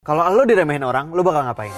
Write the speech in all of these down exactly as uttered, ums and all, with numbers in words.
Kalau lo diremehin orang, lo bakal ngapain?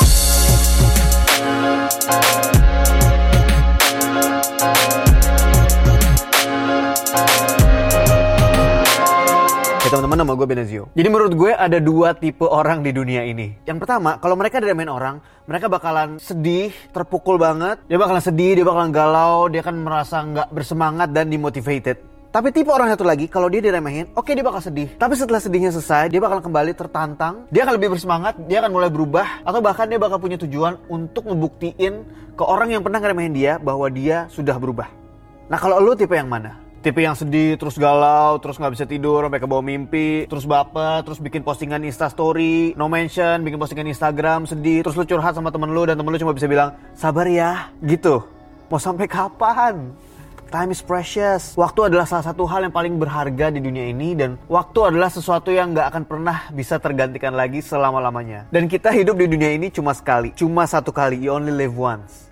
Oke teman-teman, nama gue Benazio. Jadi menurut gue ada dua tipe orang di dunia ini. Yang pertama, kalau mereka diremehin orang, mereka bakalan sedih, terpukul banget. Dia bakalan sedih, dia bakalan galau, dia akan merasa nggak bersemangat dan demotivated. Tapi tipe orang satu lagi, kalau dia diremehin, oke okay, dia bakal sedih. Tapi setelah sedihnya selesai, dia bakal kembali tertantang. Dia akan lebih bersemangat, dia akan mulai berubah. Atau bahkan dia bakal punya tujuan untuk ngebuktiin ke orang yang pernah ngeremehin dia bahwa dia sudah berubah. Nah kalau lu tipe yang mana? Tipe yang sedih, terus galau, terus gak bisa tidur, sampai kebawa mimpi, terus baper, terus bikin postingan Instastory, no mention, bikin postingan Instagram, sedih, terus lu curhat sama temen lu dan temen lu cuma bisa bilang, sabar ya, gitu. Mau sampai kapan? Time is precious. Waktu adalah salah satu hal yang paling berharga di dunia ini. Dan waktu adalah sesuatu yang gak akan pernah bisa tergantikan lagi selama-lamanya. Dan kita hidup di dunia ini cuma sekali. Cuma satu kali. You only live once.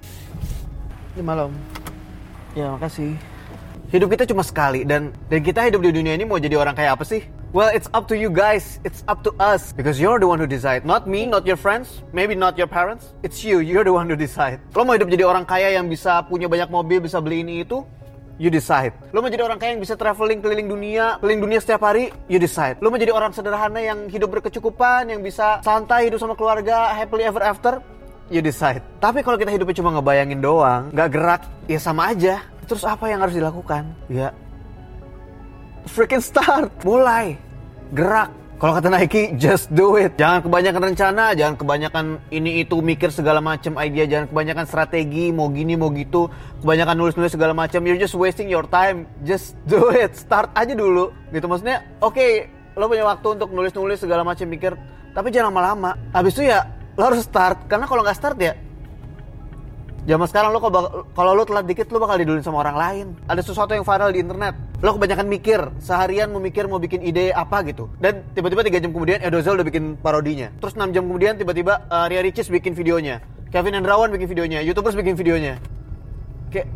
Ini malam. Ya makasih. Hidup kita cuma sekali. Dan dan kita hidup di dunia ini mau jadi orang kayak apa sih? Well, it's up to you guys. It's up to us. Because you're the one who decide. Not me, not your friends. Maybe not your parents. It's you. You're the one who decide. Lo mau hidup jadi orang kaya yang bisa punya banyak mobil, bisa beli ini itu? You decide. Lo mau jadi orang kaya yang bisa traveling keliling dunia, keliling dunia setiap hari, you decide. Lo mau jadi orang sederhana yang hidup berkecukupan, yang bisa santai hidup sama keluarga, happily ever after, you decide. Tapi kalau kita hidupnya cuma ngebayangin doang, nggak gerak, ya sama aja. Terus apa yang harus dilakukan? Ya, freaking start, mulai, gerak. Kalau kata Nike, just do it. Jangan kebanyakan rencana, jangan kebanyakan ini itu mikir segala macam idea, jangan kebanyakan strategi, mau gini mau gitu, kebanyakan nulis-nulis segala macam. You're just wasting your time. Just do it. Start aja dulu. Gitu maksudnya, oke, okay, lo punya waktu untuk nulis-nulis segala macam mikir, tapi jangan lama-lama. Habis itu ya lo harus start, karena kalau nggak start ya zaman sekarang lo kalau lo telat dikit lo bakal diduluin sama orang lain. Ada sesuatu yang viral di internet, lo kebanyakan mikir, seharian mau mikir mau bikin ide apa gitu, dan tiba-tiba tiga jam kemudian Edozel udah bikin parodinya. Terus enam jam kemudian tiba-tiba uh, Ria Ricis bikin videonya, Kevin Hendrawan bikin videonya, YouTubers bikin videonya. Kayak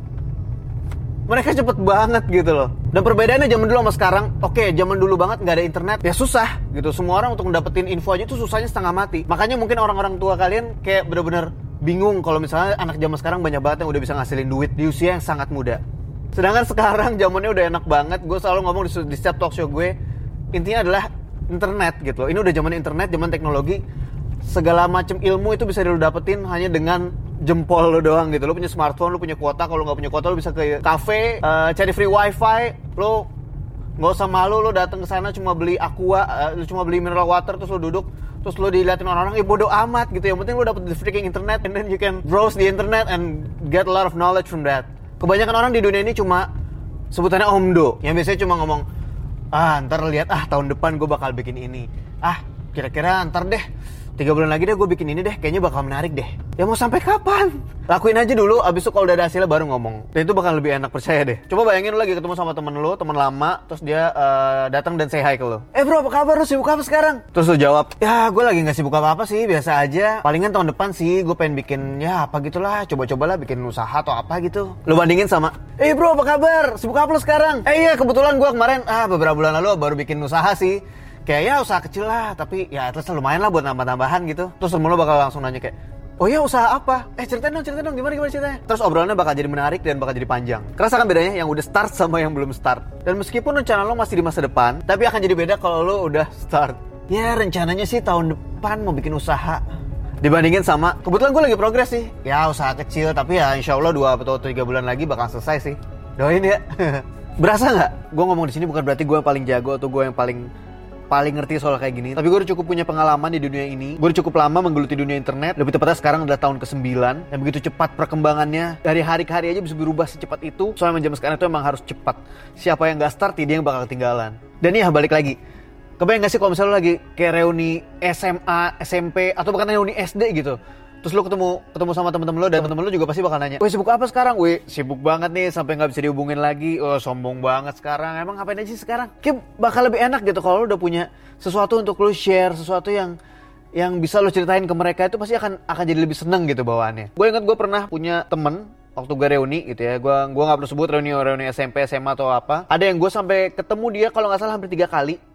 mereka cepet banget gitu loh. Dan perbedaannya zaman dulu sama sekarang, oke okay, zaman dulu banget nggak ada internet, ya susah gitu. Semua orang untuk mendapatkan info aja tuh susahnya setengah mati. Makanya mungkin orang-orang tua kalian kayak bener-bener bingung kalau misalnya anak zaman sekarang banyak banget yang udah bisa ngasilin duit di usia yang sangat muda. Sedangkan sekarang zamannya udah enak banget. Gue selalu ngomong di, di setiap talk show gue, intinya adalah internet gitu loh. Ini udah zaman internet, zaman teknologi. Segala macam ilmu itu bisa lo dapetin hanya dengan jempol lo doang gitu. Lo punya smartphone, lo punya kuota. Kalau nggak punya kuota lo bisa ke cafe, uh, cari free wifi. Lo nggak usah malu, lo datang ke sana cuma beli aqua, uh, lo cuma beli mineral water, terus lo duduk, terus lo diliatin orang-orang, ya bodo amat gitu. Yang penting lo dapet the freaking internet, and then you can browse the internet and get a lot of knowledge from that. Kebanyakan orang di dunia ini cuma sebutannya omdo, yang biasanya cuma ngomong, ah ntar lihat ah tahun depan gue bakal bikin ini, ah kira-kira ntar deh tiga bulan lagi deh gue bikin ini deh, kayaknya bakal menarik deh. Ya mau sampai kapan? Lakuin aja dulu, abis itu kalau udah ada hasilnya baru ngomong. Dan itu bakal lebih enak, percaya deh. Coba bayangin lo lagi ketemu sama temen lo, temen lama, terus dia uh, datang dan say hi ke lo. Eh bro, apa kabar? Lo sibuk apa sekarang? Terus lo jawab, ya gue lagi gak sibuk apa-apa sih, biasa aja. Palingan tahun depan sih gue pengen bikin ya apa gitulah, coba-cobalah bikin usaha atau apa gitu. Lo bandingin sama, eh bro apa kabar? Sibuk apa lo sekarang? Eh iya kebetulan gue kemarin ah beberapa bulan lalu baru bikin usaha sih. Kayak ya usaha kecil lah, tapi ya at least lumayan lah buat nambah-nambahan gitu. Terus temen lo bakal langsung nanya kayak, oh ya usaha apa? Eh ceritain dong, ceritain dong, gimana gimana ceritanya? Terus obrolannya bakal jadi menarik dan bakal jadi panjang. Kerasa kan bedanya yang udah start sama yang belum start. Dan meskipun rencana lo masih di masa depan, tapi akan jadi beda kalau lo udah start. Ya rencananya sih tahun depan mau bikin usaha. Dibandingin sama, kebetulan gue lagi progres sih. Ya usaha kecil, tapi ya insya Allah dua atau tiga bulan lagi bakal selesai sih. Doain ya. Berasa nggak? Gue ngomong di sini bukan berarti gue yang paling jago atau gue yang paling paling ngerti soal kayak gini, tapi gue udah cukup punya pengalaman di dunia ini. Gue udah cukup lama menggeluti dunia internet. Lebih tepatnya sekarang adalah tahun kesembilan. Dan begitu cepat perkembangannya, dari hari ke hari aja bisa berubah secepat itu. Soalnya zaman sekarang itu emang harus cepat. Siapa yang gak start, dia yang bakal ketinggalan. Dan ya balik lagi, kebayang gak sih kalau misalnya lo lagi kayak reuni S M A, S M P, atau bahkan reuni S D gitu, terus lo ketemu ketemu sama temen-temen lo, dan temen-temen lo juga pasti bakal nanya, weh sibuk apa sekarang? Weh sibuk banget nih sampai nggak bisa dihubungin lagi. Oh sombong banget sekarang. Emang ngapain aja sih sekarang? Kayak bakal lebih enak gitu kalau lo udah punya sesuatu untuk lo share, sesuatu yang yang bisa lo ceritain ke mereka. Itu pasti akan akan jadi lebih seneng gitu bawaannya. Gue ingat gue pernah punya temen waktu gue reuni gitu ya. Gue gue nggak perlu sebut reuni reuni S M P, S M A atau apa. Ada yang gue sampai ketemu dia kalau nggak salah hampir tiga kali.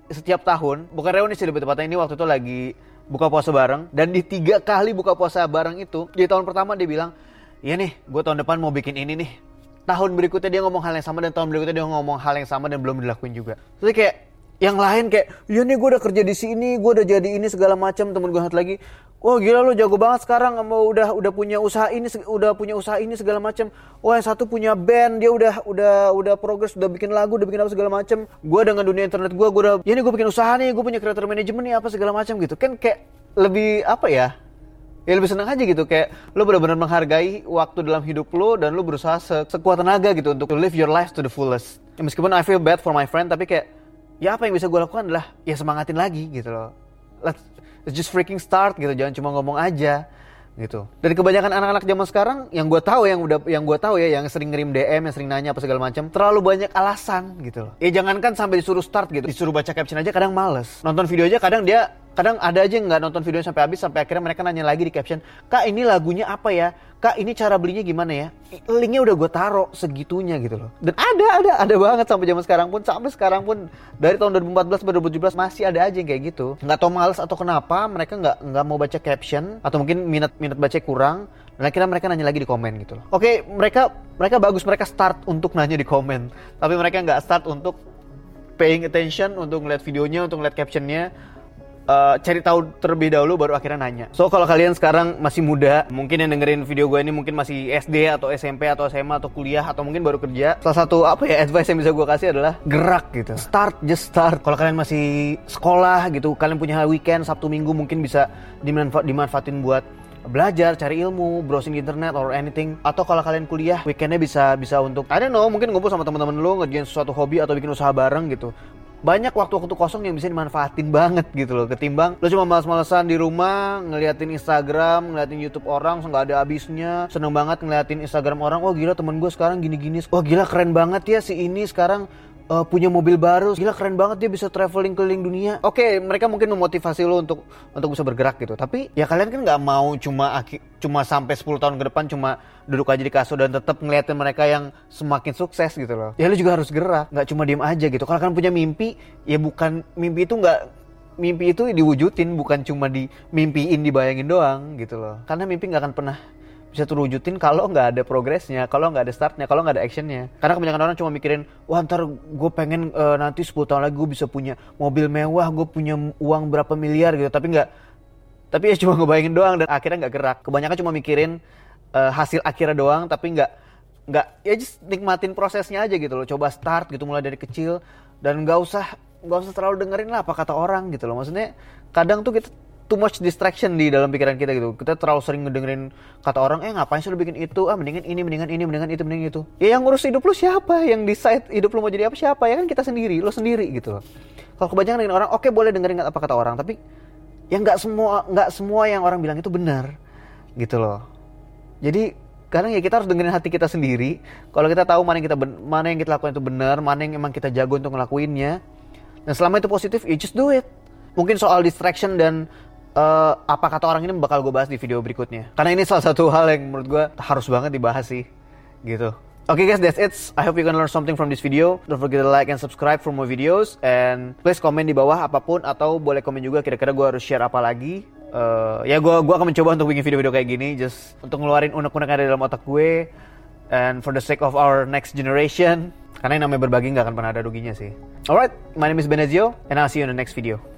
setiap tahun, bukan reuni sih lebih tepatnya, ini waktu itu lagi buka puasa bareng. Dan di tiga kali buka puasa bareng itu, di tahun pertama dia bilang, iya nih, gue tahun depan mau bikin ini nih. Tahun berikutnya dia ngomong hal yang sama, dan tahun berikutnya dia ngomong hal yang sama dan belum dilakuin juga. Terus kayak yang lain kayak, iya nih gue udah kerja di sini, gue udah jadi ini segala macam. Temen gue satu lagi, wah gila lu jago banget sekarang, mau udah udah punya usaha ini, udah punya usaha ini segala macam. Wah yang satu punya band, dia udah udah udah progres, udah bikin lagu, udah bikin apa segala macam. Gue dengan dunia internet gue, gue udah, ya nih gue bikin usaha nih, gue punya creator management nih apa segala macam gitu. Kan kayak lebih apa ya? Ya lebih senang aja gitu, kayak lo benar-benar menghargai waktu dalam hidup lo dan lo berusaha se- sekuat tenaga gitu untuk live your life to the fullest. Ya, meskipun I feel bad for my friend, tapi kayak ya apa yang bisa gue lakukan adalah ya semangatin lagi gitu loh. Let's, let's just freaking start gitu, jangan cuma ngomong aja gitu. Dan kebanyakan anak-anak zaman sekarang yang gue tahu yang udah yang gue tahu ya yang sering ngirim D M, yang sering nanya apa segala macam, terlalu banyak alasan gitu loh. Ya jangankan sampai disuruh start gitu, disuruh baca caption aja kadang males. Nonton video aja kadang dia kadang ada aja yang nggak nonton videonya sampai habis, sampai akhirnya mereka nanya lagi di caption, Kak ini lagunya apa ya? Kak ini cara belinya gimana ya? Linknya udah gue taruh segitunya gitu loh. Dan ada, ada, ada banget sampai zaman sekarang pun, sampai sekarang pun dari tahun dua ribu empat belas sampai dua ribu tujuh belas masih ada aja yang kayak gitu. Nggak tahu males atau kenapa mereka nggak nggak mau baca caption, atau mungkin minat minat baca kurang. Dan akhirnya mereka nanya lagi di komen gitu loh. Oke, mereka mereka bagus, mereka start untuk nanya di komen, tapi mereka nggak start untuk paying attention, untuk ngeliat videonya, untuk ngeliat captionnya. Uh, cari tahu terlebih dahulu baru akhirnya nanya. So kalau kalian sekarang masih muda, mungkin yang dengerin video gue ini mungkin masih S D atau S M P atau S M A atau kuliah atau mungkin baru kerja, salah satu apa ya advice yang bisa gue kasih adalah gerak gitu. Start, just start. Kalau kalian masih sekolah gitu, kalian punya weekend Sabtu Minggu mungkin bisa dimanfa- dimanfaatin buat belajar, cari ilmu, browsing di internet or anything. Atau kalau kalian kuliah, weekendnya bisa bisa untuk I don't know, mungkin ngumpul sama teman-teman lo, ngerjain sesuatu hobi atau bikin usaha bareng gitu. Banyak waktu-waktu kosong yang bisa dimanfaatin banget gitu loh, ketimbang lo cuma malas-malasan di rumah ngeliatin Instagram, ngeliatin YouTube orang nggak ada habisnya. Seneng banget ngeliatin Instagram orang, wah gila temen gue sekarang gini-gini, wah gila keren banget ya si ini sekarang uh, punya mobil baru, gila keren banget dia bisa traveling keliling dunia. Oke, okay, mereka mungkin memotivasi lo untuk untuk bisa bergerak gitu, tapi ya kalian kan nggak mau cuma cuma sampai sepuluh tahun ke depan cuma duduk aja di kasur dan tetap ngeliatin mereka yang semakin sukses gitu loh. Ya lu juga harus gerak, nggak cuma diem aja gitu. Kalau kalian punya mimpi, ya bukan mimpi itu nggak mimpi itu diwujudin, bukan cuma dimimpiin, dibayangin doang gitu loh. Karena mimpi nggak akan pernah bisa terwujudin kalau nggak ada progresnya, kalau nggak ada startnya, kalau nggak ada actionnya. Karena kebanyakan orang cuma mikirin, wah ntar gue pengen uh, nanti sepuluh tahun lagi gue bisa punya mobil mewah, gue punya uang berapa miliar gitu. Tapi nggak, tapi ya cuma ngebayangin doang dan akhirnya nggak gerak. Kebanyakan cuma mikirin Uh, hasil akhirnya doang, tapi nggak nggak ya just nikmatin prosesnya aja gitu loh. Coba start gitu mulai dari kecil dan nggak usah nggak usah terlalu dengerin lah apa kata orang gitu loh. Maksudnya kadang tuh kita too much distraction di dalam pikiran kita gitu. Kita terlalu sering ngedengerin kata orang, eh ngapain sih lu bikin itu, ah mendingan ini, mendingan ini, mendingan itu, mendingan itu. Ya yang ngurus hidup lu siapa? Yang decide hidup lu mau jadi apa siapa? Ya kan kita sendiri, lu sendiri gitu loh. Kalau kebanyakan dengerin orang, oke okay, boleh dengerin apa kata orang, tapi ya nggak semua nggak semua yang orang bilang itu benar gitu loh. Jadi kadang ya kita harus dengerin hati kita sendiri. Kalau kita tahu mana yang kita ben- mana yang kita lakukan itu benar, mana yang emang kita jago untuk ngelakuinnya, dan selama itu positif, ya just do it. Mungkin soal distraction dan uh, apa kata orang ini bakal gue bahas di video berikutnya. Karena ini salah satu hal yang menurut gue harus banget dibahas sih, gitu. Oke okay guys, that's it. I hope you can learn something from this video. Don't forget to like and subscribe for more videos. And please komen di bawah apapun, atau boleh komen juga kira-kira gue harus share apa lagi. Uh, ya gue gue akan mencoba untuk bikin video-video kayak gini, just untuk ngeluarin unek-unek yang ada dalam otak gue, and for the sake of our next generation. Karena yang namanya berbagi nggak akan pernah ada ruginya sih. Alright, my name is Benezio, and I'll see you in the next video.